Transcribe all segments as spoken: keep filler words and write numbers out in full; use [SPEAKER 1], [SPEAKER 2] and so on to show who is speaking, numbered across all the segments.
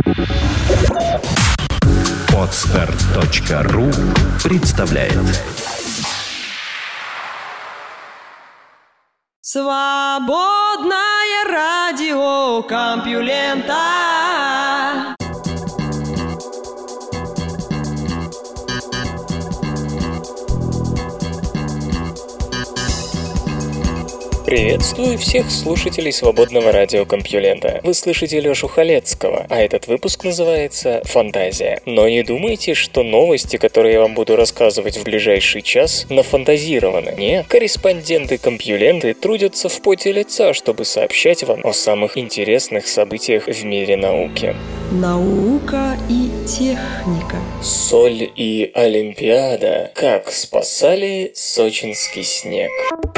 [SPEAKER 1] Подстар точка ру представляет.
[SPEAKER 2] Свободное радио Компьюлента.
[SPEAKER 3] Приветствую всех слушателей свободного радио Компьюлента. Вы слышите Лёшу Халецкого, а этот выпуск называется «Фантазия». Но не думайте, что новости, которые я вам буду рассказывать в ближайший час, нафантазированы. Нет, корреспонденты Компьюленты трудятся в поте лица, чтобы сообщать вам о самых интересных событиях в мире науки.
[SPEAKER 2] Наука и техника.
[SPEAKER 3] Соль и Олимпиада. Как спасали сочинский снег.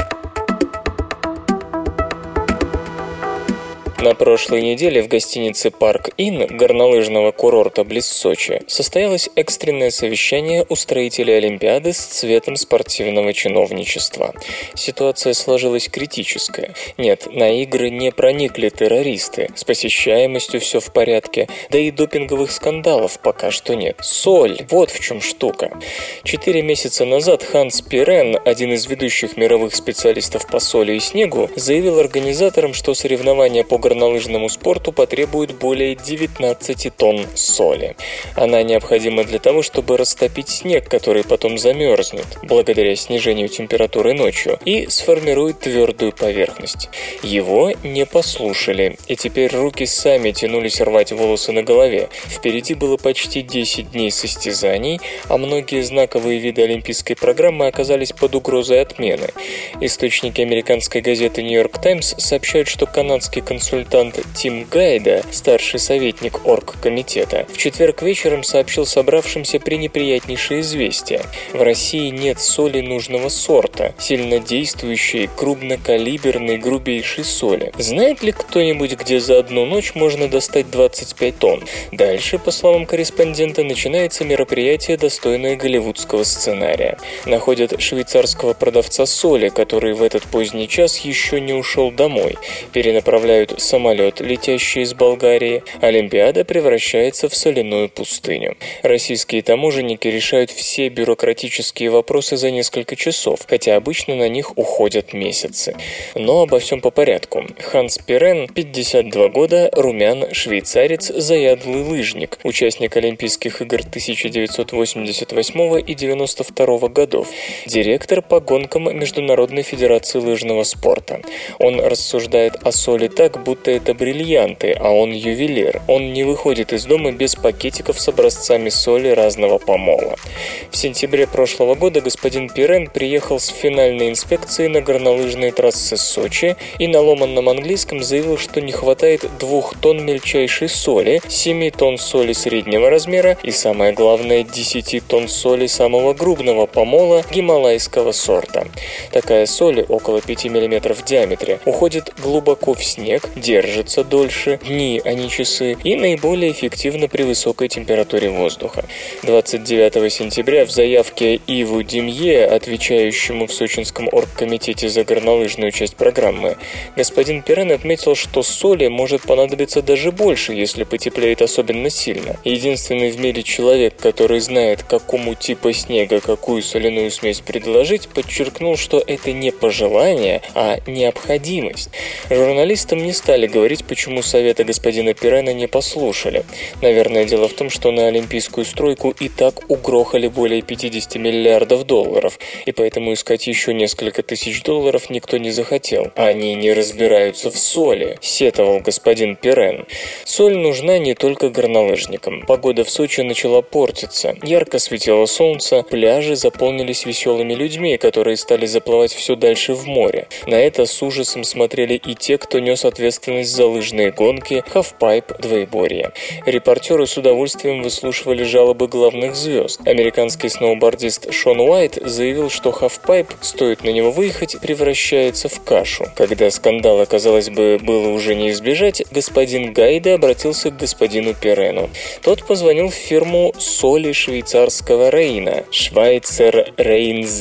[SPEAKER 3] На прошлой неделе в гостинице «Парк Инн» горнолыжного курорта близ Сочи состоялось экстренное совещание устроителей Олимпиады с цветом спортивного чиновничества. Ситуация сложилась критическая. Нет, на игры не проникли террористы, с посещаемостью все в порядке, да и допинговых скандалов пока что нет. Соль, вот в чем штука. Четыре месяца назад Ханс Пирен, один из ведущих мировых специалистов по соли и снегу, заявил организаторам, что соревнования по горнолыжному спорту потребует более девятнадцать тонн соли. Она необходима для того, чтобы растопить снег, который потом замерзнет, благодаря снижению температуры ночью, и сформирует твердую поверхность. Его не послушали, и теперь руки сами тянулись рвать волосы на голове. Впереди было почти десять дней состязаний, а многие знаковые виды олимпийской программы оказались под угрозой отмены. Источники американской газеты «Нью-Йорк Таймс» сообщают, что канадский консультант Тим Гайда, старший советник оргкомитета, в четверг вечером сообщил собравшимся пренеприятнейшее известие. В России нет соли нужного сорта, сильнодействующей, крупнокалиберной, грубейшей соли. Знает ли кто-нибудь, где за одну ночь можно достать двадцать пять тонн? Дальше, по словам корреспондента, начинается мероприятие, достойное голливудского сценария. Находят швейцарского продавца соли, который в этот поздний час еще не ушел домой. Перенаправляют самолет, летящий из Болгарии. Олимпиада превращается в соляную пустыню. Российские таможенники решают все бюрократические вопросы за несколько часов, хотя обычно на них уходят месяцы. Но обо всем по порядку. Ханс Пирен, пятьдесят два года, румян, швейцарец, заядлый лыжник, участник Олимпийских игр тысяча девятьсот восемьдесят восьмого и девяносто второго годов, директор по гонкам Международной федерации лыжного спорта. Он рассуждает о соли так, будто это бриллианты, а он ювелир. Он не выходит из дома без пакетиков с образцами соли разного помола. В сентябре прошлого года господин Пирен приехал с финальной инспекцией на горнолыжные трассы Сочи и на ломанном английском заявил, что не хватает двух тонн мельчайшей соли, семи тонн соли среднего размера и, самое главное, десяти тонн соли самого крупного помола гималайского сорта. Такая соль, около пяти миллиметров в диаметре, уходит глубоко в снег, держится дольше, дни, а не часы, и наиболее эффективно при высокой температуре воздуха. двадцать девятого сентября в заявке Иву Демье, отвечающему в Сочинском оргкомитете за горнолыжную часть программы, господин Пирен отметил, что соли может понадобиться даже больше, если потеплеет особенно сильно. Единственный в мире человек, который знает, какому типу снега какую соляную смесь предложить, подчеркнул, что это не пожелание, а необходимость. Журналистам не стали говорить, почему совета господина Пирена не послушали. Наверное, дело в том, что на олимпийскую стройку и так угрохали более пятьдесят миллиардов долларов, и поэтому искать еще несколько тысяч долларов никто не захотел. Они не разбираются в соли, сетовал господин Пирен. Соль нужна не только горнолыжникам. Погода в Сочи начала портиться. Ярко светило солнце, пляжи заполнились веселыми людьми, которые стали заплывать все дальше в море. На это с ужасом смотрели и те, кто нес ответственность за лыжные гонки, хавпайп, двоеборье. Репортеры с удовольствием выслушивали жалобы главных звезд. Американский сноубордист Шон Уайт заявил, что хавпайп, стоит на него выехать, превращается в кашу. Когда скандала, казалось бы, было уже не избежать, господин Гайда обратился к господину Пирену. Тот позвонил в фирму соли швейцарского Рейна, Швайцер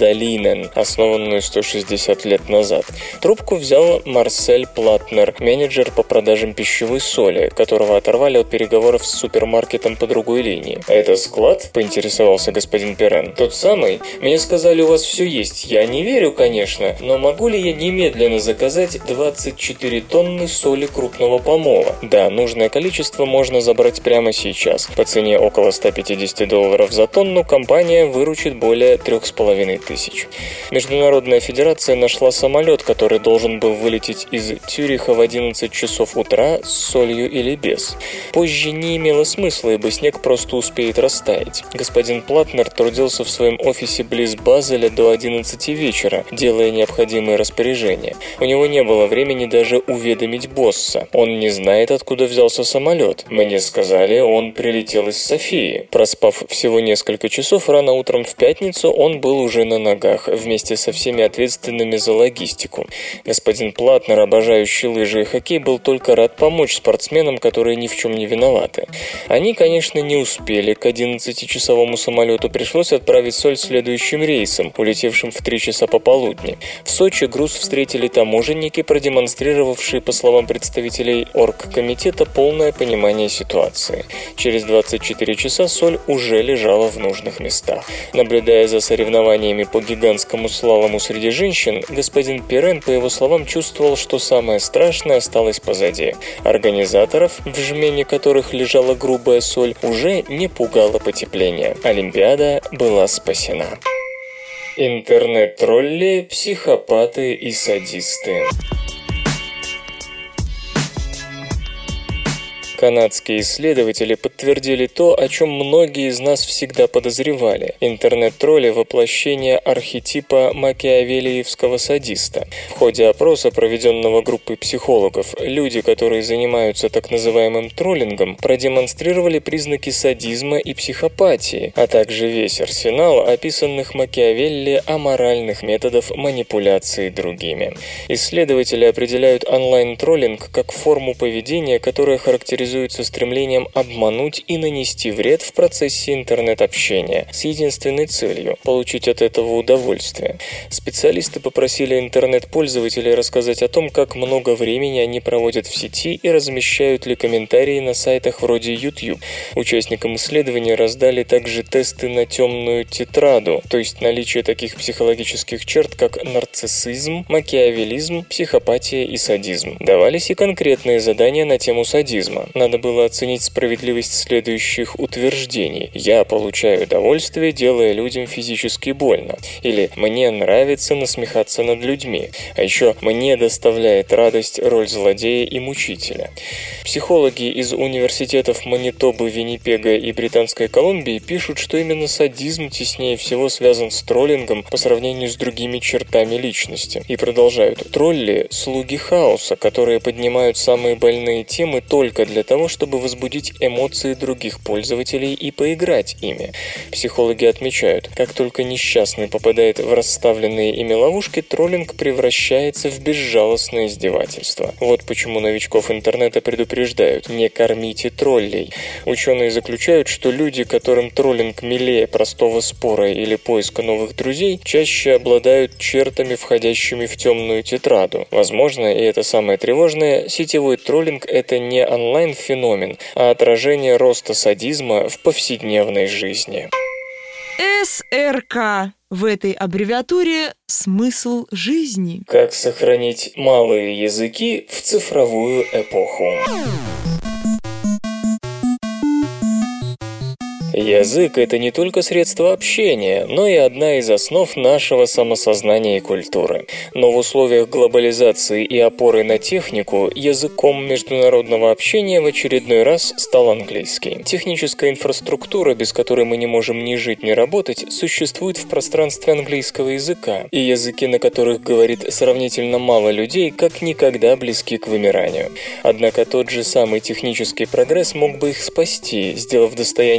[SPEAKER 3] Рейнзалинен, основанную сто шестьдесят лет назад. Трубку взял Марсель Платнер, менеджер менеджер по продажам пищевой соли, которого оторвали от переговоров с супермаркетом по другой линии. «Это склад?» – поинтересовался господин Перен. «Тот самый? Мне сказали, у вас все есть. Я не верю, конечно, но могу ли я немедленно заказать двадцать четыре тонны соли крупного помола? Да, нужное количество можно забрать прямо сейчас. По цене около сто пятьдесят долларов за тонну компания выручит более трех с половиной тысяч». Международная федерация нашла самолет, который должен был вылететь из Цюриха в одиннадцать часов утра с солью или без. Позже не имело смысла, ибо снег просто успеет растаять. Господин Платнер трудился в своем офисе близ Базеля до одиннадцати вечера, делая необходимые распоряжения. У него не было времени даже уведомить босса. Он не знает, откуда взялся самолет. Мне сказали, он прилетел из Софии. Проспав всего несколько часов, рано утром в пятницу он был уже на ногах, вместе со всеми ответственными за логистику. Господин Платнер, обожающий лыжи и хоккей, был только рад помочь спортсменам, которые ни в чем не виноваты. Они, конечно, не успели. К одиннадцатичасовому самолету пришлось отправить соль следующим рейсом, улетевшим в три часа пополудни. В Сочи груз встретили таможенники, продемонстрировавшие, по словам представителей оргкомитета, полное понимание ситуации. Через двадцать четыре часа соль уже лежала в нужных местах. Наблюдая за соревнованиями по гигантскому слалому среди женщин, господин Перен, по его словам, чувствовал, что самое страшное осталось позади. Организаторов, в жмене которых лежала грубая соль, уже не пугало потепление. Олимпиада была спасена. Интернет-тролли, психопаты и садисты. Канадские исследователи подтвердили то, о чем многие из нас всегда подозревали. Интернет-тролли – воплощение архетипа макиавеллиевского садиста. В ходе опроса, проведенного группой психологов, люди, которые занимаются так называемым троллингом, продемонстрировали признаки садизма и психопатии, а также весь арсенал описанных Макиавелли аморальных методов манипуляции другими. Исследователи определяют онлайн-троллинг как форму поведения, которая характеризуется стремлением обмануть и нанести вред в процессе интернет-общения с единственной целью – получить от этого удовольствие. Специалисты попросили интернет-пользователей рассказать о том, как много времени они проводят в сети и размещают ли комментарии на сайтах вроде YouTube. Участникам исследования раздали также тесты на темную тетраду, то есть наличие таких психологических черт, как нарциссизм, макиавеллизм, психопатия и садизм. Давались и конкретные задания на тему садизма. Надо было оценить справедливость следующих утверждений. «Я получаю удовольствие, делая людям физически больно». Или «Мне нравится насмехаться над людьми». А еще «Мне доставляет радость роль злодея и мучителя». Психологи из университетов Манитобы, Виннипега и Британской Колумбии пишут, что именно садизм теснее всего связан с троллингом по сравнению с другими чертами личности. И продолжают. Тролли – слуги хаоса, которые поднимают самые больные темы только для того, чтобы возбудить эмоции других пользователей и поиграть ими. Психологи отмечают, как только несчастный попадает в расставленные ими ловушки, троллинг превращается в безжалостное издевательство. Вот почему новичков интернета предупреждают: не кормите троллей. Ученые заключают, что люди, которым троллинг милее простого спора или поиска новых друзей, чаще обладают чертами, входящими в темную тетраду. Возможно, и это самое тревожное, сетевой троллинг – это не онлайн-феномен, а отражение роста садизма в повседневной жизни.
[SPEAKER 2] эс эр ка. В этой аббревиатуре смысл жизни.
[SPEAKER 3] Как сохранить малые языки в цифровую эпоху. Язык – это не только средство общения, но и одна из основ нашего самосознания и культуры. Но в условиях глобализации и опоры на технику языком международного общения в очередной раз стал английский. Техническая инфраструктура, без которой мы не можем ни жить, ни работать, существует в пространстве английского языка, и языки, на которых говорит сравнительно мало людей, как никогда близки к вымиранию. Однако тот же самый технический прогресс мог бы их спасти, сделав достоянием всего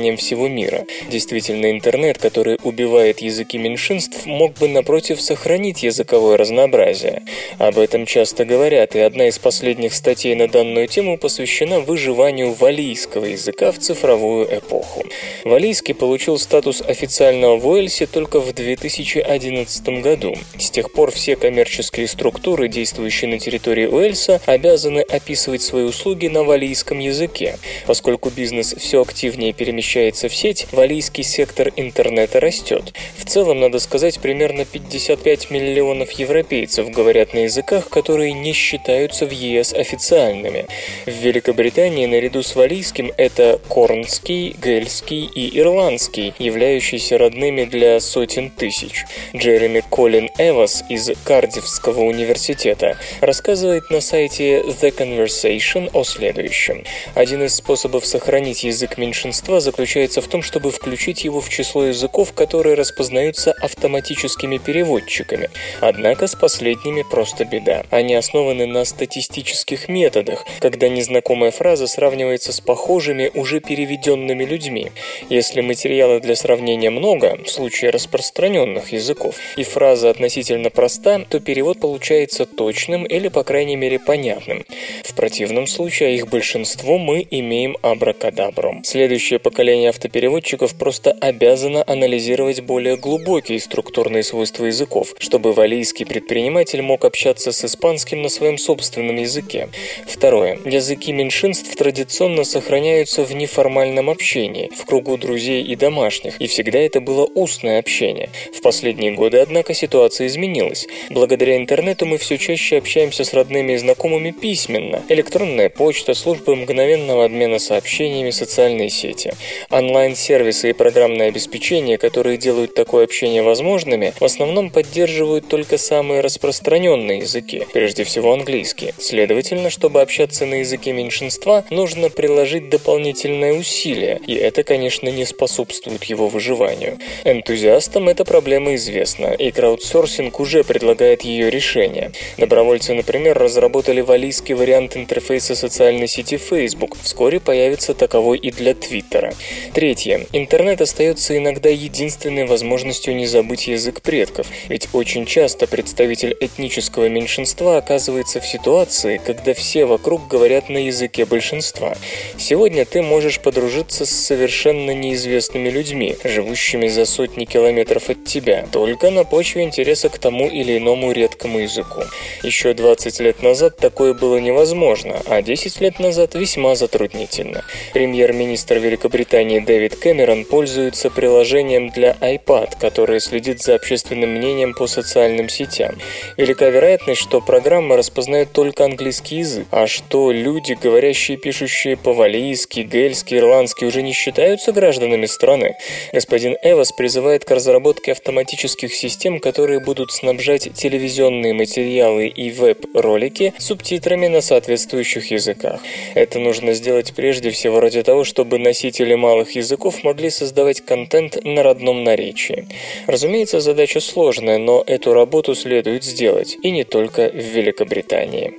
[SPEAKER 3] всего мира. Действительно, интернет, который убивает языки меньшинств, мог бы, напротив, сохранить языковое разнообразие. Об этом часто говорят, и одна из последних статей на данную тему посвящена выживанию валлийского языка в цифровую эпоху. Валлийский получил статус официального в Уэльсе только в две тысячи одиннадцатом году. С тех пор все коммерческие структуры, действующие на территории Уэльса, обязаны описывать свои услуги на валлийском языке. Поскольку бизнес все активнее перемещается в сеть, валлийский сектор интернета растет. В целом, надо сказать, примерно пятьдесят пять миллионов европейцев говорят на языках, которые не считаются в ЕС официальными. В Великобритании наряду с валлийским это корнский, гельский и ирландский, являющиеся родными для сотен тысяч. Джереми Колин Эвас из Кардифского университета рассказывает на сайте The Conversation о следующем. Один из способов сохранить язык меньшинства заключается в том, чтобы включить его в число языков, которые распознаются автоматическими переводчиками. Однако с последними просто беда. Они основаны на статистических методах, когда незнакомая фраза сравнивается с похожими, уже переведенными людьми. Если материала для сравнения много, в случае распространенных языков, и фраза относительно проста, то перевод получается точным или, по крайней мере, понятным. В противном случае, а их большинство, мы имеем абракадабру. Следующее поколение автопереводчиков просто обязано анализировать более глубокие структурные свойства языков, чтобы валлийский предприниматель мог общаться с испанским на своем собственном языке. Второе. Языки меньшинств традиционно сохраняются в неформальном общении, в кругу друзей и домашних, и всегда это было устное общение. В последние годы, однако, ситуация изменилась. Благодаря интернету мы все чаще общаемся с родными и знакомыми письменно. Электронная почта, службы мгновенного обмена сообщениями, социальные сети. Онлайн-сервисы и программное обеспечение, которые делают такое общение возможными, в основном поддерживают только самые распространенные языки, прежде всего английский. Следовательно, чтобы общаться на языке меньшинства, нужно приложить дополнительные усилия, и это, конечно, не способствует его выживанию. Энтузиастам эта проблема известна, и краудсорсинг уже предлагает ее решение. Добровольцы, например, разработали валлийский вариант интерфейса социальной сети Facebook. Вскоре появится таковой и для Твиттера. Третье. Интернет остается иногда единственной возможностью не забыть язык предков, ведь очень часто представитель этнического меньшинства оказывается в ситуации, когда все вокруг говорят на языке большинства. Сегодня ты можешь подружиться с совершенно неизвестными людьми, живущими за сотни километров от тебя, только на почве интереса к тому или иному редкому языку. Еще двадцать лет назад такое было невозможно, а десять лет назад весьма затруднительно. Премьер-министр Великобритании Дэвид Кэмерон пользуется приложением для iPad, которое следит за общественным мнением по социальным сетям. Велика вероятность, что программа распознает только английский язык, а что люди, говорящие и пишущие по-валлийски, гельски, ирландски, уже не считаются гражданами страны. Господин Эвас призывает к разработке автоматических систем, которые будут снабжать телевизионные материалы и веб-ролики субтитрами на соответствующих языках. Это нужно сделать прежде всего ради того, чтобы носители малых языков могли создавать контент на родном наречии. Разумеется, задача сложная, но эту работу следует сделать, и не только в Великобритании.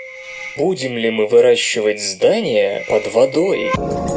[SPEAKER 3] Будем ли мы выращивать здания под водой?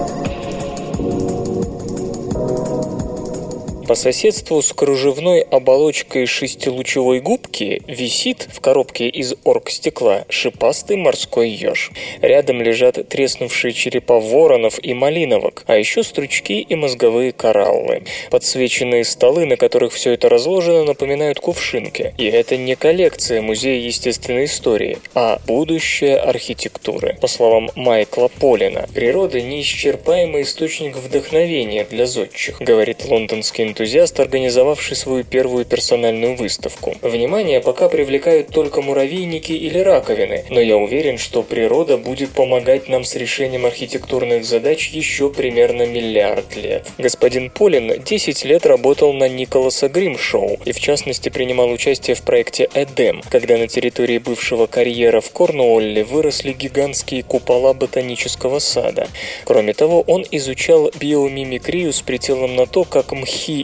[SPEAKER 3] По соседству с кружевной оболочкой шестилучевой губки висит в коробке из оргстекла шипастый морской еж. Рядом лежат треснувшие черепа воронов и малиновок, а еще стручки и мозговые кораллы. Подсвеченные столы, на которых все это разложено, напоминают кувшинки. И это не коллекция Музея естественной истории, а будущее архитектуры. По словам Майкла Полина, природа – неисчерпаемый источник вдохновения для зодчих, говорит лондонский энтузиаст. энтузиаст, организовавший свою первую персональную выставку. Внимание пока привлекают только муравейники или раковины, но я уверен, что природа будет помогать нам с решением архитектурных задач еще примерно миллиард лет. Господин Полин десять лет работал на Николаса Гримшоу и в частности принимал участие в проекте Эдем, когда на территории бывшего карьера в Корнуолле выросли гигантские купола ботанического сада. Кроме того, он изучал биомимикрию с прицелом на то, как мхи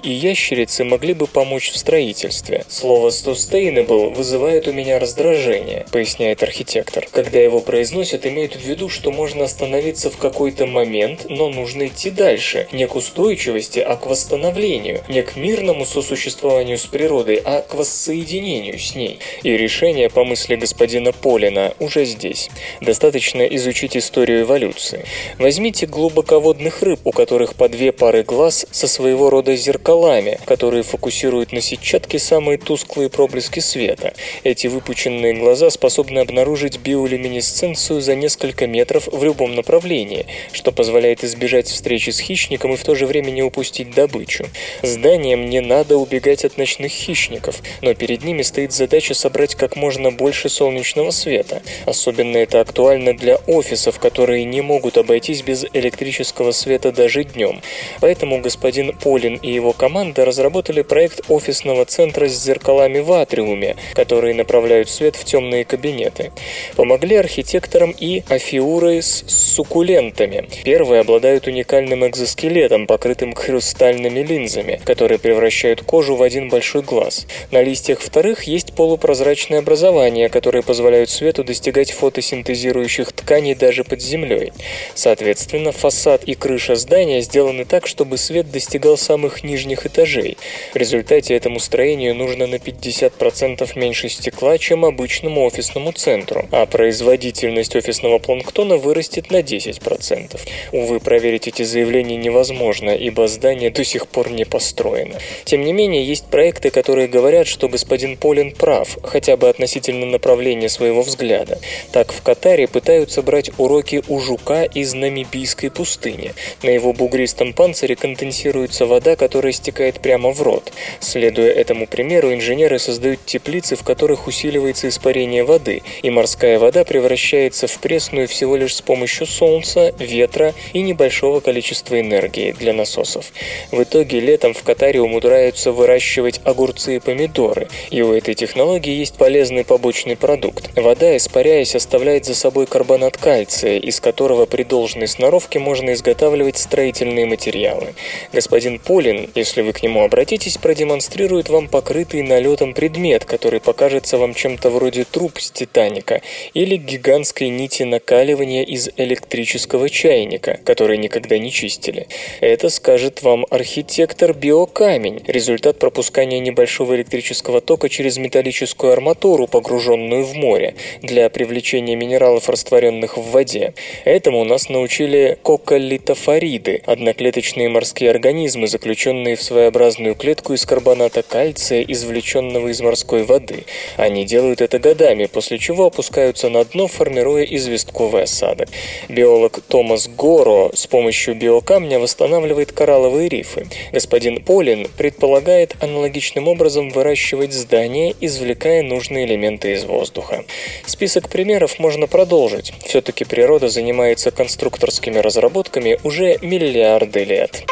[SPEAKER 3] и ящерицы могли бы помочь в строительстве. Слово «sustainable» вызывает у меня раздражение, поясняет архитектор. Когда его произносят, имеют в виду, что можно остановиться в какой-то момент, но нужно идти дальше. Не к устойчивости, а к восстановлению. Не к мирному сосуществованию с природой, а к воссоединению с ней. И решение, по мысли господина Полина, уже здесь. Достаточно изучить историю эволюции. Возьмите глубоководных рыб, у которых по две пары глаз со своего рода зеркалами, которые фокусируют на сетчатке самые тусклые проблески света. Эти выпученные глаза способны обнаружить биолюминесценцию за несколько метров в любом направлении, что позволяет избежать встречи с хищником и в то же время не упустить добычу. Зданиям не надо убегать от ночных хищников, но перед ними стоит задача собрать как можно больше солнечного света. Особенно это актуально для офисов, которые не могут обойтись без электрического света даже днем. Поэтому господин Полин и его команда разработали проект офисного центра с зеркалами в атриуме, которые направляют свет в темные кабинеты. Помогли архитекторам и афиуры с суккулентами. Первые обладают уникальным экзоскелетом, покрытым хрустальными линзами, которые превращают кожу в один большой глаз. На листьях вторых есть полупрозрачное образование, которое позволяют свету достигать фотосинтезирующих тканей даже под землей. Соответственно, фасад и крыша здания сделаны так, чтобы свет достигал самых нижних этажей. В результате этому строению нужно на пятьдесят процентов меньше стекла, чем обычному офисному центру, а производительность офисного планктона вырастет на десять процентов. Увы, проверить эти заявления невозможно, ибо здание до сих пор не построено. Тем не менее, есть проекты, которые говорят, что господин Полин прав, хотя бы относительно направления своего взгляда. Так, в Катаре пытаются брать уроки у жука из намибийской пустыни. На его бугристом панцире конденсируется вода, которая стекает прямо в рот. Следуя этому примеру, инженеры создают теплицы, в которых усиливается испарение воды, и морская вода превращается в пресную всего лишь с помощью солнца, ветра и небольшого количества энергии для насосов. В итоге летом в Катаре умудряются выращивать огурцы и помидоры, и у этой технологии есть полезный побочный продукт. Вода, испаряясь, оставляет за собой карбонат кальция, из которого при должной сноровке можно изготавливать строительные материалы. Господин Полин, если вы к нему обратитесь, продемонстрирует вам покрытый налетом предмет, который покажется вам чем-то вроде труб с Титаника или гигантской нити накаливания из электрического чайника, который никогда не чистили. Это скажет вам архитектор биокамень, результат пропускания небольшого электрического тока через металлическую арматуру, погруженную в море, для привлечения минералов, растворенных в воде. Этому нас научили кокколитофориды, одноклеточные морские организмы, заключенные в своеобразную клетку из карбоната кальция, извлеченного из морской воды. Они делают это годами, после чего опускаются на дно, формируя известковый осадок. Биолог Томас Горо с помощью биокамня восстанавливает коралловые рифы. Господин Полин предполагает аналогичным образом выращивать здания, извлекая нужные элементы из воздуха. Список примеров можно продолжить. Все-таки природа занимается конструкторскими разработками уже миллиарды лет.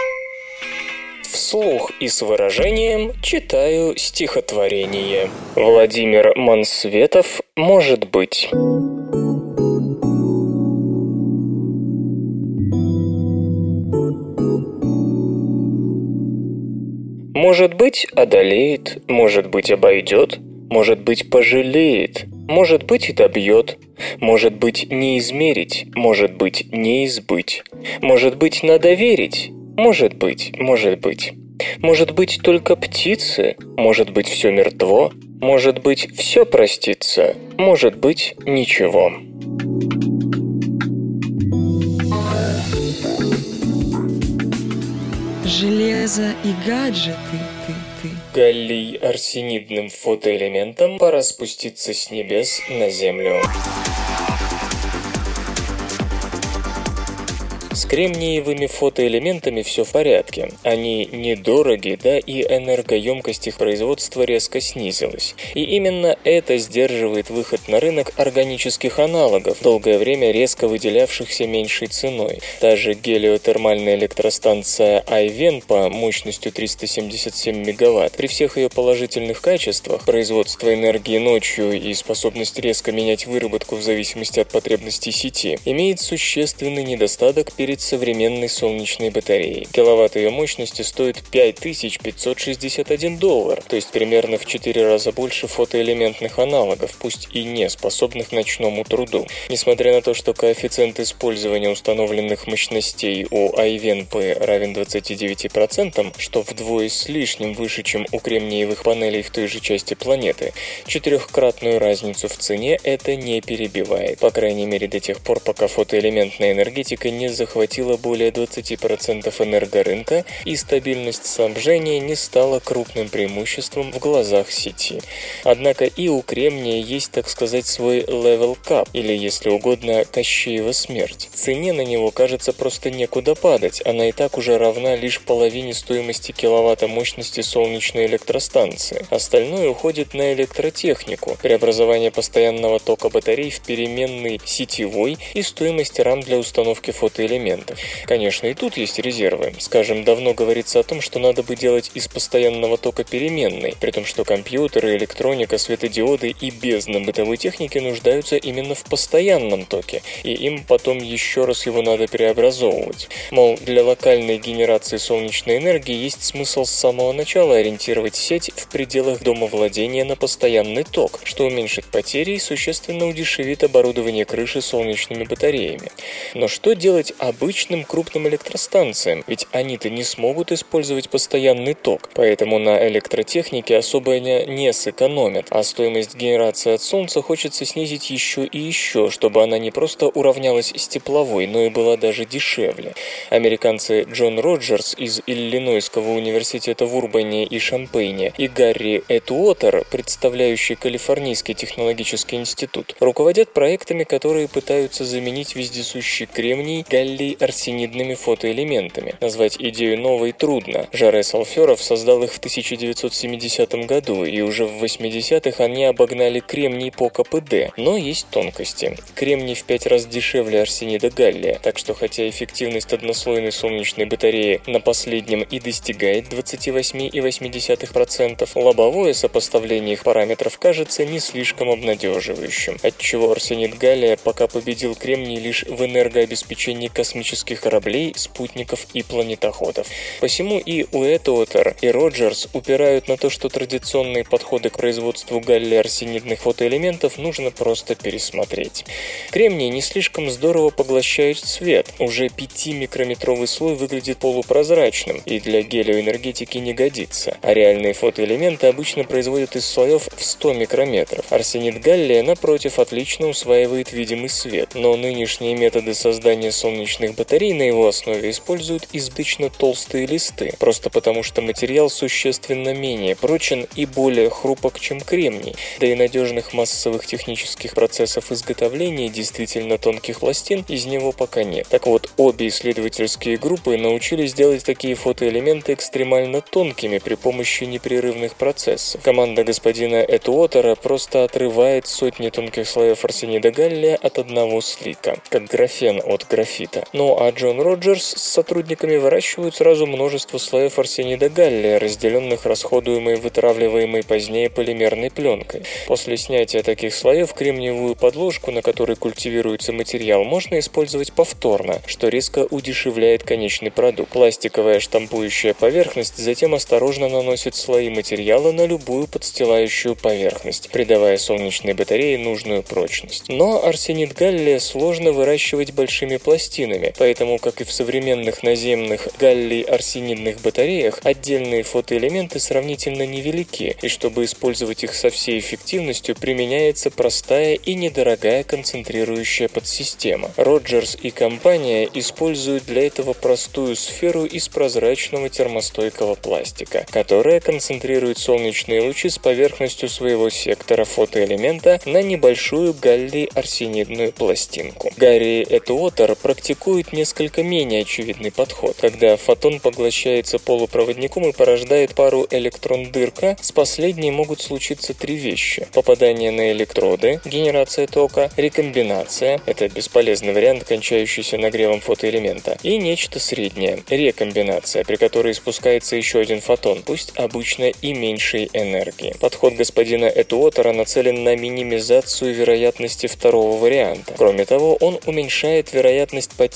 [SPEAKER 3] Вслух и с выражением читаю стихотворение. Владимир Мансветов «Может быть». Может быть, одолеет, может быть, обойдет, может быть, пожалеет, может быть, и добьет, может быть, не измерить, может быть, не избыть, может быть, надо верить, может быть, может быть. Может быть, только птицы, может быть, все мертво, может быть, все простится, может быть, ничего.
[SPEAKER 2] Железо и гаджеты, ты, ты.
[SPEAKER 3] Галлий арсенидным фотоэлементом пора спуститься с небес на землю. С кремниевыми фотоэлементами все в порядке. Они недороги, да и энергоемкость их производства резко снизилась. И именно это сдерживает выход на рынок органических аналогов, долгое время резко выделявшихся меньшей ценой. Та же гелиотермальная электростанция Айвенпа мощностью триста семьдесят семь мегаватт, при всех ее положительных качествах, производство энергии ночью и способность резко менять выработку в зависимости от потребностей сети, имеет существенный недостаток перед современной солнечной батареи. Киловатт ее мощности стоит пять тысяч пятьсот шестьдесят один доллар, то есть примерно в четыре раза больше фотоэлементных аналогов, пусть и не способных ночному труду. Несмотря на то, что коэффициент использования установленных мощностей у Айвен-P равен двадцати девяти процентам, что вдвое с лишним выше, чем у кремниевых панелей в той же части планеты, четырехкратную разницу в цене это не перебивает. По крайней мере до тех пор, пока фотоэлементная энергетика не захватила более двадцати процентов энергорынка и стабильность снабжения не стала крупным преимуществом в глазах сети. Однако и у кремния есть, так сказать, свой level cap, или, если угодно, Кощеева смерть. Цене на него, кажется, просто некуда падать, она и так уже равна лишь половине стоимости киловатта мощности солнечной электростанции. Остальное уходит на электротехнику, преобразование постоянного тока батарей в переменный сетевой и стоимость рам для установки фотоэлементов. Конечно, и тут есть резервы. Скажем, давно говорится о том, что надо бы делать из постоянного тока переменный, при том, что компьютеры, электроника, светодиоды и бездна бытовой техники нуждаются именно в постоянном токе, и им потом еще раз его надо преобразовывать. Мол, для локальной генерации солнечной энергии есть смысл с самого начала ориентировать сеть в пределах домовладения на постоянный ток, что уменьшит потери и существенно удешевит оборудование крыши солнечными батареями. Но что делать обычным крупным электростанциям? Ведь они-то не смогут использовать постоянный ток, поэтому на электротехнике особо не, не сэкономят, а стоимость генерации от солнца хочется снизить еще и еще, чтобы она не просто уравнялась с тепловой, но и была даже дешевле. Американцы Джон Роджерс из Иллинойского университета в Урбане и Шампейне и Гарри Этуотер, представляющий Калифорнийский технологический институт, руководят проектами, которые пытаются заменить вездесущий кремний галлий-арсенидными фотоэлементами. Назвать идею новой трудно. Жаре Салферов создал их в тысяча девятьсот семидесятом году, и уже в восьмидесятых они обогнали кремний по ка пэ дэ. Но есть тонкости. Кремний в пять раз дешевле арсенида галлия, так что хотя эффективность однослойной солнечной батареи на последнем и достигает двадцати восьми целых восьми десятых процента, лобовое сопоставление их параметров кажется не слишком обнадеживающим, отчего арсенид галлия пока победил кремний лишь в энергообеспечении космических кораблей, спутников и планетоходов. Посему и Уэтуотер, и Роджерс упирают на то, что традиционные подходы к производству галлий-арсенидных фотоэлементов нужно просто пересмотреть. Кремний не слишком здорово поглощает свет, уже пятимикрометровый слой выглядит полупрозрачным и для гелиоэнергетики не годится, а реальные фотоэлементы обычно производят из слоев в сто микрометров. Арсенид галлия, напротив, отлично усваивает видимый свет, но нынешние методы создания солнечных батарей на его основе используют избыточно толстые листы, просто потому что материал существенно менее прочен и более хрупок, чем кремний, да и надежных массовых технических процессов изготовления действительно тонких пластин из него пока нет. Так вот, обе исследовательские группы научились делать такие фотоэлементы экстремально тонкими при помощи непрерывных процессов. Команда господина Этуотера просто отрывает сотни тонких слоев арсенида галлия от одного слика, как графен от графита. Ну а Джон Роджерс с сотрудниками выращивают сразу множество слоев арсенида галлия, разделенных расходуемой вытравливаемой позднее полимерной пленкой. После снятия таких слоев кремниевую подложку, на которой культивируется материал, можно использовать повторно, что резко удешевляет конечный продукт. Пластиковая штампующая поверхность затем осторожно наносит слои материала на любую подстилающую поверхность, придавая солнечной батарее нужную прочность. Но арсенид галлия сложно выращивать большими пластинами, поэтому, как и в современных наземных галлий-арсенидных батареях, отдельные фотоэлементы сравнительно невелики, и чтобы использовать их со всей эффективностью, применяется простая и недорогая концентрирующая подсистема. Роджерс и компания используют для этого простую сферу из прозрачного термостойкого пластика, которая концентрирует солнечные лучи с поверхностью своего сектора фотоэлемента на небольшую галлий-арсенидную пластинку. Гарри Этуотер практикует несколько менее очевидный подход, когда фотон поглощается полупроводником и порождает пару электрон-дырка. С последней могут случиться три вещи: попадание на электроды, генерация тока, рекомбинация — это бесполезный вариант, кончающийся нагревом фотоэлемента, и нечто среднее — рекомбинация, при которой испускается еще один фотон, пусть обычно и меньшей энергии. Подход господина Этуотера нацелен на минимизацию вероятности второго варианта. Кроме того, он уменьшает вероятность потери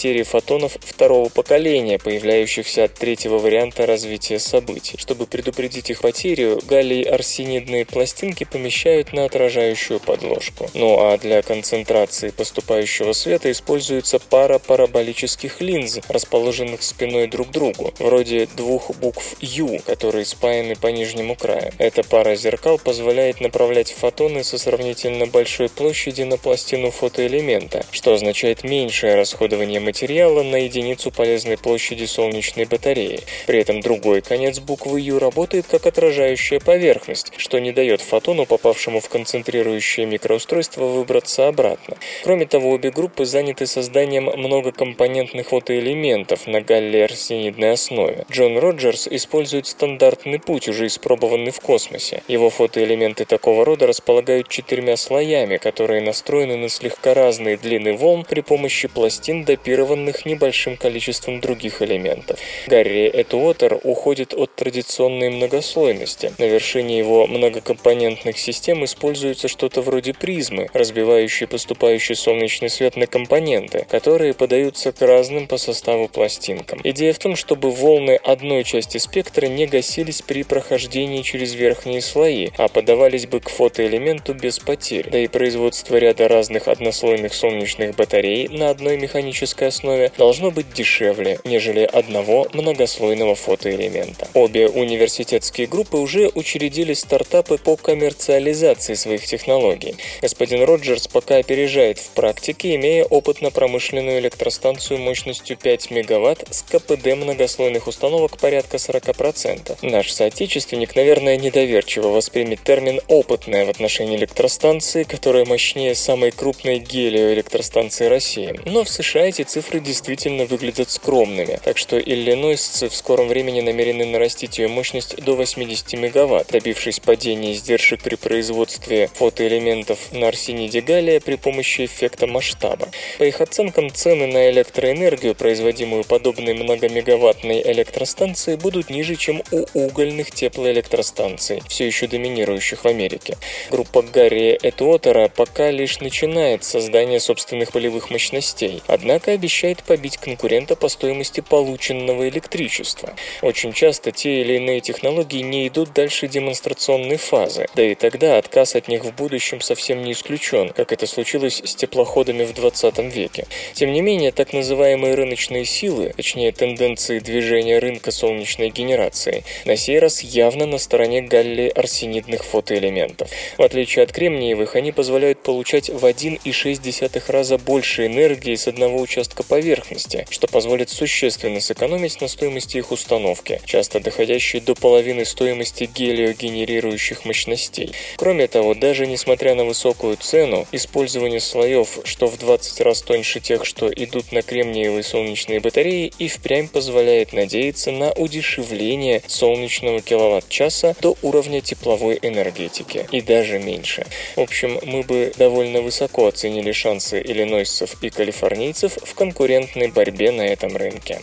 [SPEAKER 3] потери фотонов второго поколения, появляющихся от третьего варианта развития событий. Чтобы предупредить их потерю, галлий-арсенидные пластинки помещают на отражающую подложку. Ну а для концентрации поступающего света используется пара параболических линз, расположенных спиной друг к другу, вроде двух букв «Ю», которые спаяны по нижнему краю. Эта пара зеркал позволяет направлять фотоны со сравнительно большой площади на пластину фотоэлемента, что означает меньшее расходование материала на единицу полезной площади солнечной батареи. При этом другой конец буквы «Ю» работает как отражающая поверхность, что не дает фотону, попавшему в концентрирующее микроустройство, выбраться обратно. Кроме того, обе группы заняты созданием многокомпонентных фотоэлементов на галлий-арсенидной основе. Джон Роджерс использует стандартный путь, уже испробованный в космосе. Его фотоэлементы такого рода располагают четырьмя слоями, которые настроены на слегка разные длины волн при помощи пластин, допированных небольшим количеством других элементов. Гарри Этуотер уходит от традиционной многослойности. На вершине его многокомпонентных систем используется что-то вроде призмы, разбивающей поступающий солнечный свет на компоненты, которые подаются к разным по составу пластинкам. Идея в том, чтобы волны одной части спектра не гасились при прохождении через верхние слои, а подавались бы к фотоэлементу без потерь. Да и производство ряда разных однослойных солнечных батарей на одной механической основе должно быть дешевле, нежели одного многослойного фотоэлемента. Обе университетские группы уже учредили стартапы по коммерциализации своих технологий. Господин Роджерс пока опережает в практике, имея опытно-промышленную электростанцию мощностью пять мегаватт с КПД многослойных установок порядка сорок процентов. Наш соотечественник, наверное, недоверчиво воспримет термин «опытная» в отношении электростанции, которая мощнее самой крупной гелиоэлектростанции России. Но в США эти цифры действительно выглядят скромными, так что иллинойсцы в скором времени намерены нарастить ее мощность до восемьдесят мегаватт, добившись падения издержек при производстве фотоэлементов на арсениде галлия при помощи эффекта масштаба. По их оценкам, цены на электроэнергию, производимую подобной многомегаваттной электростанцией, будут ниже, чем у угольных теплоэлектростанций, все еще доминирующих в Америке. Группа Гарри Этуотера пока лишь начинает создание собственных полевых мощностей, однако обещает побить конкурента по стоимости полученного электричества. Очень часто те или иные технологии не идут дальше демонстрационной фазы, да и тогда отказ от них в будущем совсем не исключен, как это случилось с теплоходами в двадцатом веке. Тем не менее, так называемые рыночные силы, точнее тенденции движения рынка солнечной генерации, на сей раз явно на стороне галлий-арсенидных фотоэлементов. В отличие от кремниевых, они позволяют получать в один целых шесть десятых раза больше энергии с одного участка поверхности, что позволит существенно сэкономить на стоимости их установки, часто доходящей до половины стоимости гелиогенерирующих мощностей. Кроме того, даже несмотря на высокую цену, использование слоев, что в двадцать раз тоньше тех, что идут на кремниевые солнечные батареи, и впрямь позволяет надеяться на удешевление солнечного киловатт-часа до уровня тепловой энергетики, и даже меньше. В общем, мы бы довольно высоко оценили шансы иллинойсцев и калифорнийцев в конкурентной борьбе на этом рынке.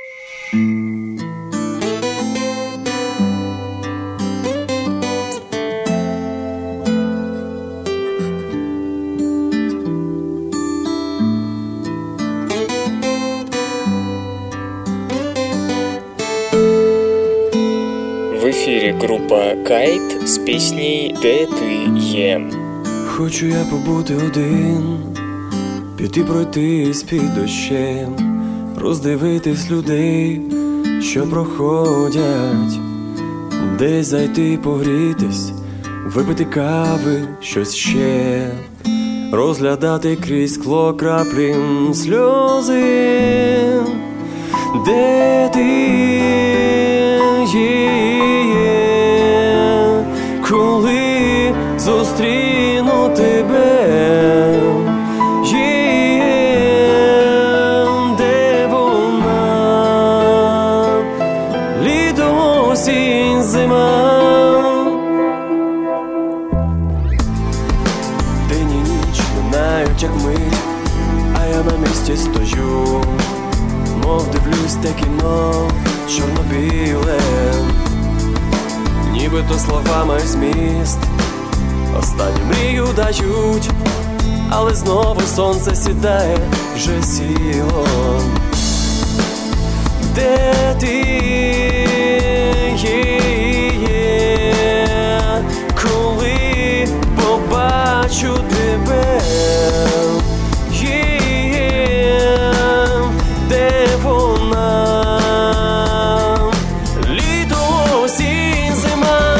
[SPEAKER 3] В ефірі група Кайт з піснею «Де ти є».
[SPEAKER 4] Хочу я побути один, піти пройтись під дощем, роздивитись людей, що проходять, десь зайти погрітись, випити кави, щось ще, розглядати крізь скло краплі сльози. Де ти є, коли зустріну тебе, є, де вона, літо, осінь, зима. День і ніч минають, як мить, а я на місці стою, мов дивлюсь те кіно чорно-біле, нібито слова мають зміст, останню мрію дають, але знову сонце сідає вже сіло. Де ти є, коли побачу тебе? Є, де вона? Літо, осінь, зима.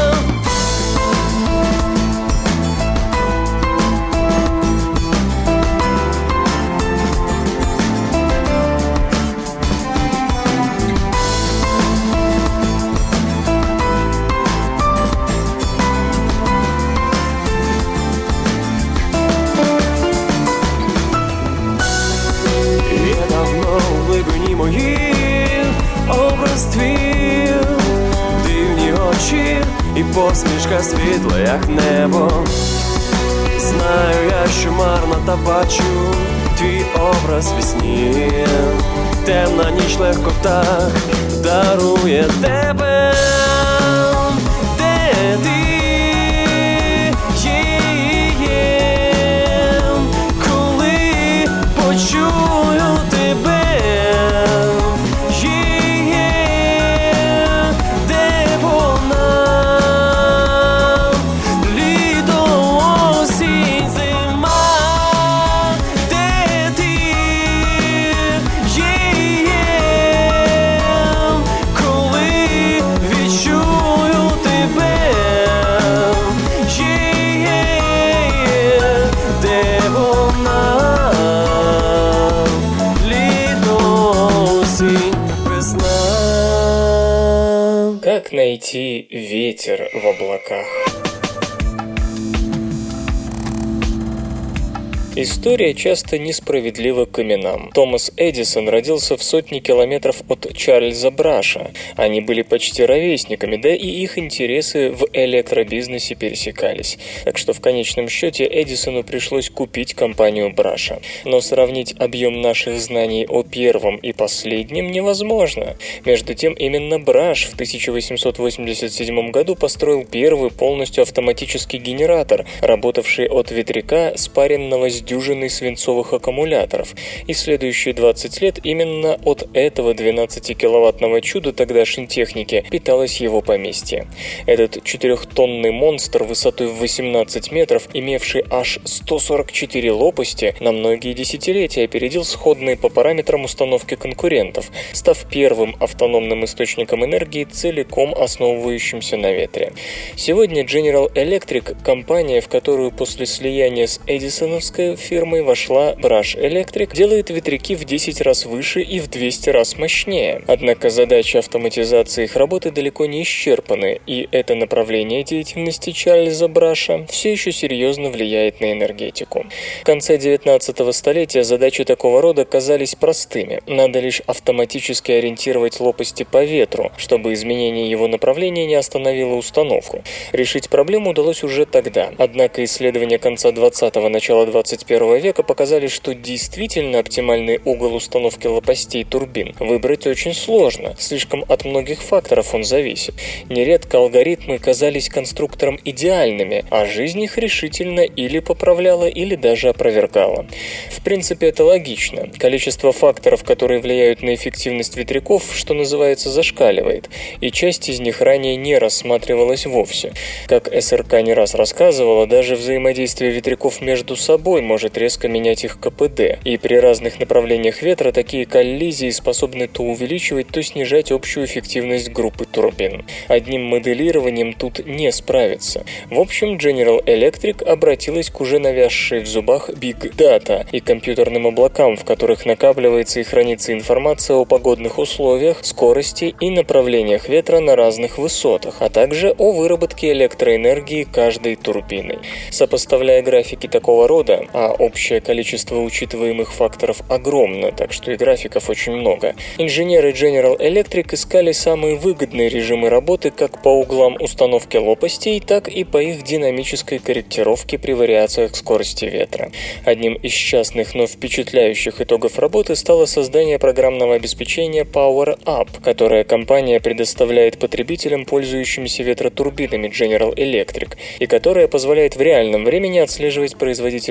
[SPEAKER 4] Образ твій, дивні очі і посмішка світла, як небо. Знаю я, що марно, та бачу твій образ в сні. Темна ніч легко так дарує тебе. Де ти є, коли почую тебе?
[SPEAKER 3] Как найти ветер в облаках? История часто несправедлива к именам. Томас Эдисон родился в сотне километров от Чарльза Браша. Они были почти ровесниками, да и их интересы в электробизнесе пересекались. Так что в конечном счете Эдисону пришлось купить компанию Браша. Но сравнить объем наших знаний о первом и последнем невозможно. Между тем, именно Браш в тысяча восемьсот восемьдесят седьмом году построил первый полностью автоматический генератор, работавший от ветряка, спаренного с дюжиной свинцовых аккумуляторов, и следующие двадцать лет именно от этого двенадцатикиловаттного чуда тогдашней техники питалось его поместье. Этот четырехтонный монстр высотой в восемнадцать метров, имевший аж сто сорок четыре лопасти, на многие десятилетия опередил сходные по параметрам установки конкурентов, став первым автономным источником энергии, целиком основывающимся на ветре. Сегодня General Electric – компания, в которую после слияния с эдисоновской фирмой вошла Brush Electric, делает ветряки в десять раз выше и в двести раз мощнее. Однако задачи автоматизации их работы далеко не исчерпаны, и это направление деятельности Чарльза Браша все еще серьезно влияет на энергетику. В конце девятнадцатого столетия задачи такого рода казались простыми. Надо лишь автоматически ориентировать лопасти по ветру, чтобы изменение его направления не остановило установку. Решить проблему удалось уже тогда. Однако исследования конца двадцатого – начала двадцать первого века показали, что действительно оптимальный угол установки лопастей турбин выбрать очень сложно, слишком от многих факторов он зависит. Нередко алгоритмы казались конструкторам идеальными, а жизнь их решительно или поправляла, или даже опровергала. В принципе, это логично. Количество факторов, которые влияют на эффективность ветряков, что называется, зашкаливает, и часть из них ранее не рассматривалась вовсе. Как эс эр ка не раз рассказывала, даже взаимодействие ветряков между собой может резко менять их ка пэ дэ, и при разных направлениях ветра такие коллизии способны то увеличивать, то снижать общую эффективность группы турбин. Одним моделированием тут не справиться. В общем, General Electric обратилась к уже навязшей в зубах Big Data и компьютерным облакам, в которых накапливается и хранится информация о погодных условиях, скорости и направлениях ветра на разных высотах, а также о выработке электроэнергии каждой турбины. Сопоставляя графики такого рода, а общее количество учитываемых факторов огромно, так что и графиков очень много, инженеры General Electric искали самые выгодные режимы работы как по углам установки лопастей, так и по их динамической корректировке при вариациях скорости ветра. Одним из частных, но впечатляющих итогов работы стало создание программного обеспечения Power Up, которое компания предоставляет потребителям, пользующимся ветротурбинами General Electric, и которое позволяет в реальном времени отслеживать производительность ветряков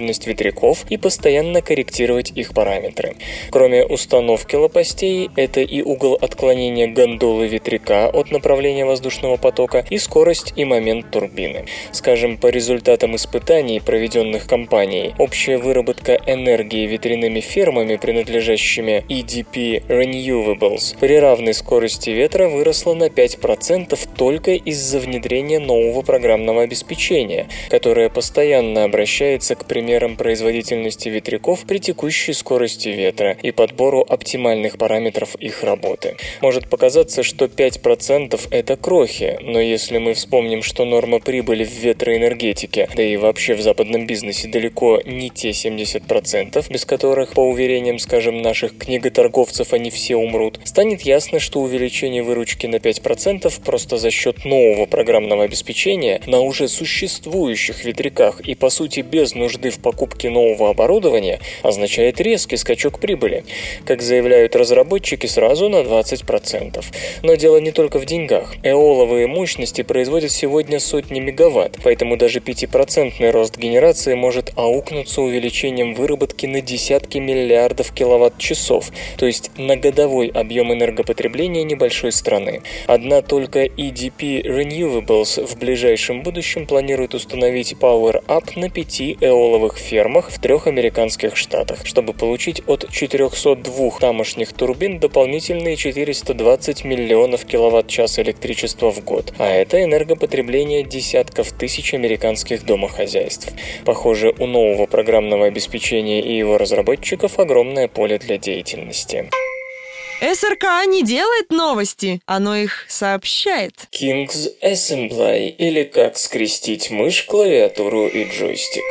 [SPEAKER 3] ветряков и постоянно корректировать их параметры. Кроме установки лопастей, это и угол отклонения гондолы ветряка от направления воздушного потока, и скорость и момент турбины. Скажем, по результатам испытаний, проведенных компанией, общая выработка энергии ветряными фермами, принадлежащими и ди пи Renewables, при равной скорости ветра выросла на пять процентов только из-за внедрения нового программного обеспечения, которое постоянно обращается к примерам производительности ветряков при текущей скорости ветра и подбору оптимальных параметров их работы. Может показаться, что пять процентов это крохи, но если мы вспомним, что норма прибыли в ветроэнергетике, да и вообще в западном бизнесе далеко не те семьдесят процентов, без которых, по уверениям, скажем, наших книготорговцев, они все умрут, станет ясно, что увеличение выручки на пять процентов просто за счет нового программного обеспечения на уже существующих ветряках и, по сути, без нужды в покупке нового оборудования означает резкий скачок прибыли. Как заявляют разработчики, сразу на двадцать процентов. Но дело не только в деньгах. Эоловые мощности производят сегодня сотни мегаватт, поэтому даже пятипроцентный рост генерации может аукнуться увеличением выработки на десятки миллиардов киловатт-часов, то есть на годовой объем энергопотребления небольшой страны. Одна только и ди пи Renewables в ближайшем будущем планирует установить Power Up на пяти эоловых фермах в трех американских штатах, чтобы получить от четырехсот двух тамошних турбин дополнительные четыреста двадцать миллионов киловатт-час электричества в год, а это энергопотребление десятков тысяч американских домохозяйств. Похоже, у нового программного обеспечения и его разработчиков огромное поле для деятельности.
[SPEAKER 2] эс эр ка не делает новости, оно их сообщает.
[SPEAKER 3] King's Assembly, или как скрестить мышь, клавиатуру и джойстик.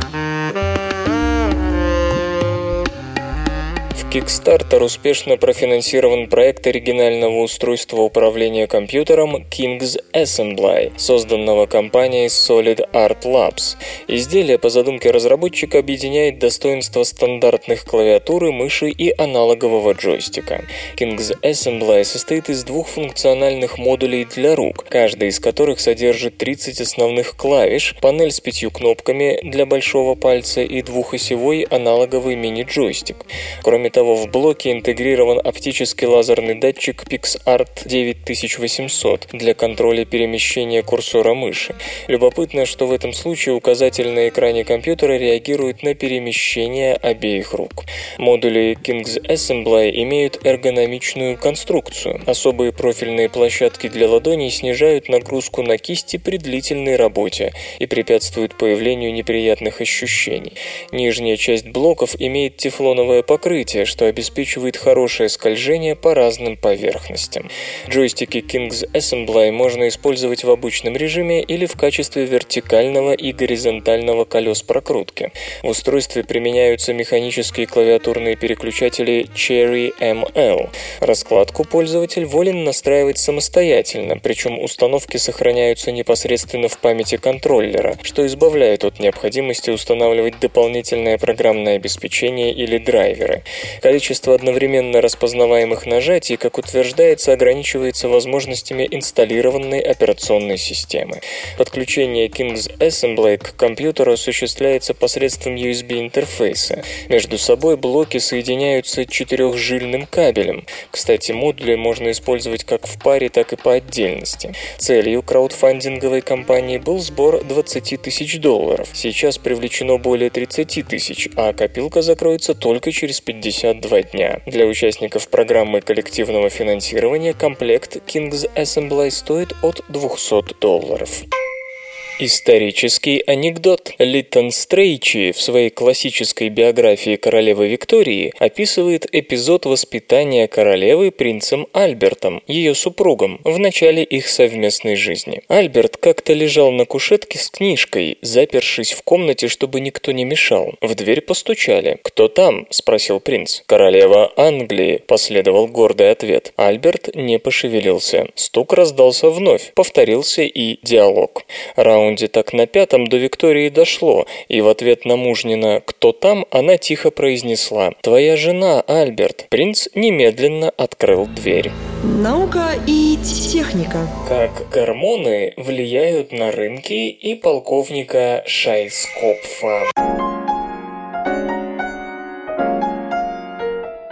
[SPEAKER 3] Kickstarter успешно профинансирован проект оригинального устройства управления компьютером King's Assembly, созданного компанией Solid Art Labs. Изделие по задумке разработчика объединяет достоинства стандартных клавиатуры, мыши и аналогового джойстика. King's Assembly состоит из двух функциональных модулей для рук, каждый из которых содержит тридцать основных клавиш, панель с пятью кнопками для большого пальца и двухосевой аналоговый мини-джойстик. Кроме того, в блоке интегрирован оптический лазерный датчик PixArt девять тысяч восемьсот для контроля перемещения курсора мыши. Любопытно, что в этом случае указатель на экране компьютера реагирует на перемещение обеих рук. Модули King's Assembly имеют эргономичную конструкцию. Особые профильные площадки для ладоней снижают нагрузку на кисти при длительной работе и препятствуют появлению неприятных ощущений. Нижняя часть блоков имеет тефлоновое покрытие, что обеспечивает хорошее скольжение по разным поверхностям. Джойстики King's Assembly можно использовать в обычном режиме или в качестве вертикального и горизонтального колес прокрутки. В устройстве применяются механические клавиатурные переключатели Cherry эм эл. Раскладку пользователь волен настраивать самостоятельно, причем установки сохраняются непосредственно в памяти контроллера, что избавляет от необходимости устанавливать дополнительное программное обеспечение или драйверы. Количество одновременно распознаваемых нажатий, как утверждается, ограничивается возможностями инсталлированной операционной системы. Подключение King's Assembly к компьютеру осуществляется посредством ю эс би-интерфейса. Между собой блоки соединяются четырехжильным кабелем. Кстати, модули можно использовать как в паре, так и по отдельности. Целью краудфандинговой кампании был сбор двадцать тысяч долларов. Сейчас привлечено более тридцать тысяч, а копилка закроется только через пятьдесят два дня. Для участников программы коллективного финансирования комплект King's Assembly стоит от двухсот долларов. Исторический анекдот. Литтон Стрейчи в своей классической биографии королевы Виктории описывает эпизод воспитания королевы принцем Альбертом, ее супругом, в начале их совместной жизни. Альберт как-то лежал на кушетке с книжкой, запершись в комнате, чтобы никто не мешал. В дверь постучали. «Кто там?» – спросил принц. «Королева Англии», – последовал гордый ответ. Альберт не пошевелился. Стук раздался вновь. Повторился и диалог. Раунд так на пятом до Виктории дошло, и в ответ на мужнина «Кто там?» она тихо произнесла: «Твоя жена, Альберт». Принц немедленно открыл дверь.
[SPEAKER 2] Наука и техника.
[SPEAKER 3] Как гормоны влияют на рынки и полковника Шайскопфа.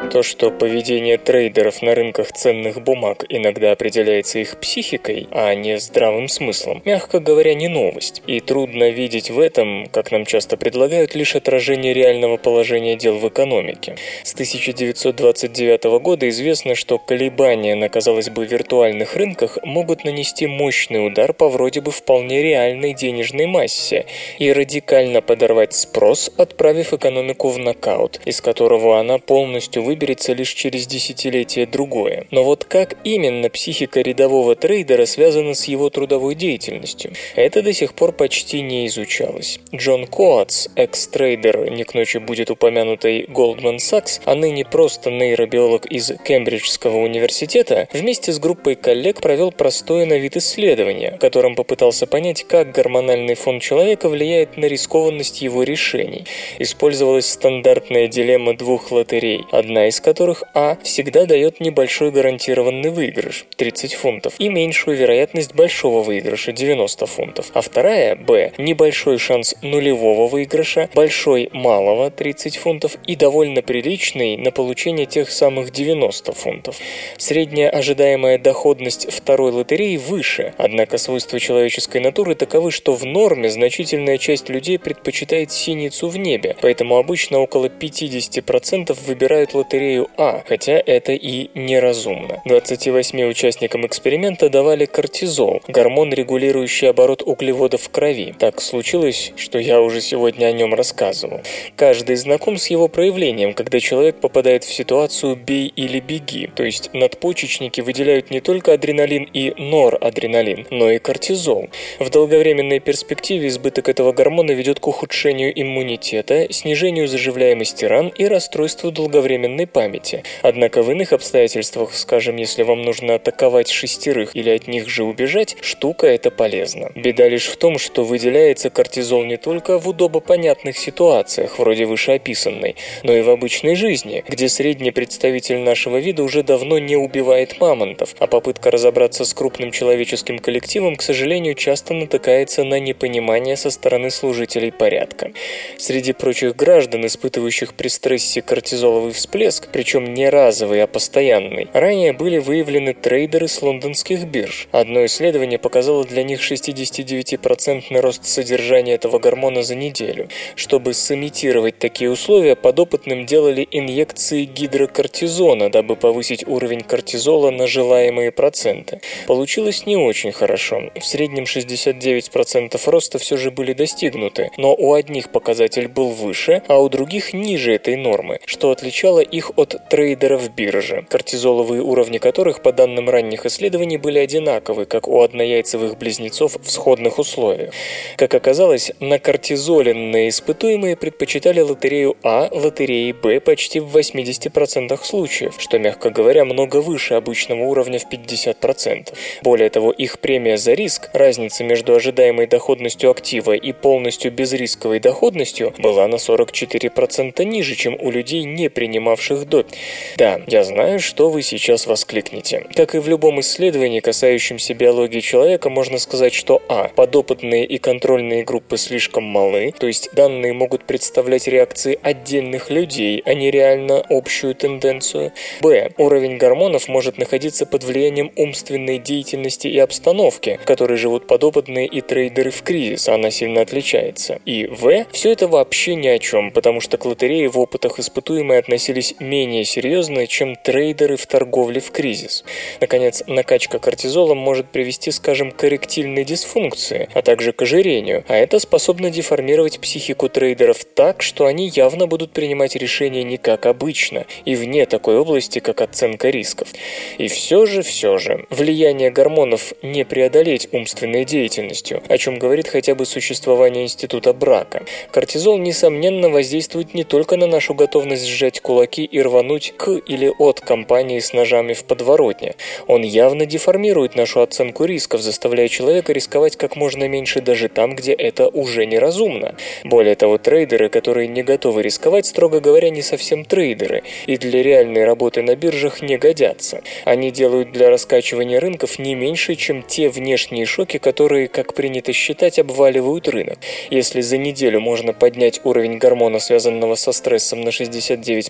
[SPEAKER 3] То, что поведение трейдеров на рынках ценных бумаг иногда определяется их психикой, а не здравым смыслом, мягко говоря, не новость. И трудно видеть в этом, как нам часто предлагают, лишь отражение реального положения дел в экономике. С тысяча девятьсот двадцать девятого года известно, что колебания на, казалось бы, виртуальных рынках могут нанести мощный удар по вроде бы вполне реальной денежной массе и радикально подорвать спрос, отправив экономику в нокаут, из которого она полностью выберется лишь через десятилетие другое. Но вот как именно психика рядового трейдера связана с его трудовой деятельностью? Это до сих пор почти не изучалось. Джон Коатс, экс-трейдер, не к ночи будет упомянутый Goldman Sachs, а ныне просто нейробиолог из Кембриджского университета, вместе с группой коллег провел простое на вид исследование, в котором попытался понять, как гормональный фон человека влияет на рискованность его решений. Использовалась стандартная дилемма двух лотерей, одна из которых А всегда дает небольшой гарантированный выигрыш – тридцать фунтов, и меньшую вероятность большого выигрыша – девяносто фунтов, а вторая Б – небольшой шанс нулевого выигрыша, большой малого – тридцать фунтов и довольно приличный на получение тех самых девяносто фунтов. Средняя ожидаемая доходность второй лотереи выше, однако свойства человеческой натуры таковы, что в норме значительная часть людей предпочитает синицу в небе, поэтому обычно около пятьдесят процентов выбирают лотерею А, хотя это и неразумно. двадцати восьми участникам эксперимента давали кортизол, гормон, регулирующий оборот углеводов в крови. Так случилось, что я уже сегодня о нем рассказывал. Каждый знаком с его проявлением, когда человек попадает в ситуацию «бей или беги», то есть надпочечники выделяют не только адреналин и норадреналин, но и кортизол. В долговременной перспективе избыток этого гормона ведет к ухудшению иммунитета, снижению заживляемости ран и расстройству долговременной памяти. Однако в иных обстоятельствах, скажем, если вам нужно атаковать шестерых или от них же убежать, штука эта полезна. Беда лишь в том, что выделяется кортизол не только в удобопонятных ситуациях, вроде вышеописанной, но и в обычной жизни, где средний представитель нашего вида уже давно не убивает мамонтов, а попытка разобраться с крупным человеческим коллективом, к сожалению, часто натыкается на непонимание со стороны служителей порядка. Среди прочих граждан, испытывающих при стрессе кортизоловый всплеск, причем не разовый, а постоянный, ранее были выявлены трейдеры с лондонских бирж. Одно исследование показало для них шестидесятидевятипроцентный рост содержания этого гормона за неделю. Чтобы сымитировать такие условия, подопытным делали инъекции гидрокортизона, дабы повысить уровень кортизола на желаемые проценты. Получилось не очень хорошо. В среднем шестьдесят девять процентов роста все же были достигнуты, но у одних показатель был выше, а у других ниже этой нормы, что отличало их от трейдеров биржи, кортизоловые уровни которых, по данным ранних исследований, были одинаковы, как у однояйцевых близнецов в сходных условиях. Как оказалось, накортизоленные испытуемые предпочитали лотерею А лотереи Б почти в восемьдесят процентов случаев, что, мягко говоря, много выше обычного уровня в пятьдесят процентов. Более того, их премия за риск, разница между ожидаемой доходностью актива и полностью безрисковой доходностью, была на сорок четыре процента ниже, чем у людей, не принимавших доп. Да, я знаю, что вы сейчас воскликнете. Как и в любом исследовании, касающемся биологии человека, можно сказать, что а. подопытные и контрольные группы слишком малы, то есть данные могут представлять реакции отдельных людей, а не реально общую тенденцию. Б. Уровень гормонов может находиться под влиянием умственной деятельности и обстановки, в которой живут подопытные и трейдеры в кризис, а она сильно отличается. И В. Все это вообще ни о чем, потому что к лотерее в опытах испытуемые относились менее серьезно, чем трейдеры в торговле в кризис. Наконец, накачка кортизолом может привести, скажем, к эректильной дисфункции, а также к ожирению, а это способно деформировать психику трейдеров так, что они явно будут принимать решения не как обычно и вне такой области, как оценка рисков. И все же, все же, влияние гормонов не преодолеть умственной деятельностью, о чем говорит хотя бы существование института брака. Кортизол, несомненно, воздействует не только на нашу готовность сжать кулаки и рвануть к или от компании с ножами в подворотне. Он явно деформирует нашу оценку рисков, заставляя человека рисковать как можно меньше даже там, где это уже неразумно. Более того, трейдеры, которые не готовы рисковать, строго говоря, не совсем трейдеры, и для реальной работы на биржах не годятся. Они делают для раскачивания рынков не меньше, чем те внешние шоки, которые, как принято считать, обваливают рынок. Если за неделю можно поднять уровень гормона, связанного со стрессом, на шестьдесят девять процентов,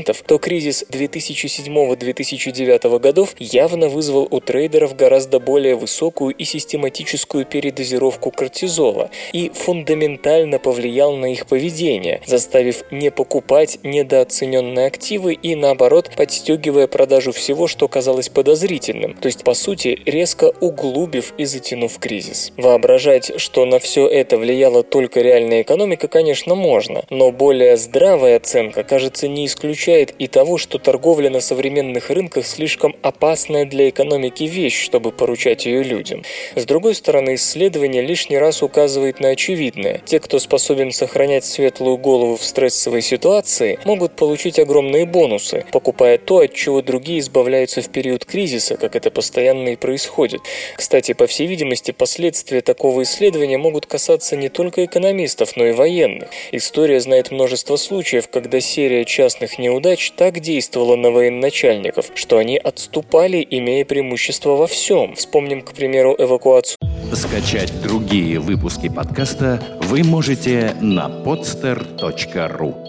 [SPEAKER 3] процентов, то кризис две тысячи седьмого — две тысячи девятого годов явно вызвал у трейдеров гораздо более высокую и систематическую передозировку кортизола и фундаментально повлиял на их поведение, заставив не покупать недооцененные активы и, наоборот, подстегивая продажу всего, что казалось подозрительным, то есть, по сути, резко углубив и затянув кризис. Воображать, что на все это влияла только реальная экономика, конечно, можно, но более здравая оценка, кажется, не исключает и того, что торговля на современных рынках слишком опасная для экономики вещь, чтобы поручать ее людям. С другой стороны, исследование лишний раз указывает на очевидное. Те, кто способен сохранять светлую голову в стрессовой ситуации, могут получить огромные бонусы, покупая то, от чего другие избавляются в период кризиса, как это постоянно и происходит. Кстати, по всей видимости, последствия такого исследования могут касаться не только экономистов, но и военных. История знает множество случаев, когда серия частных неудач так действовала на военачальников, что они отступали, имея преимущество во всем. Вспомним, к примеру, эвакуацию.
[SPEAKER 1] Скачать другие выпуски подкаста вы можете на podster точка ру.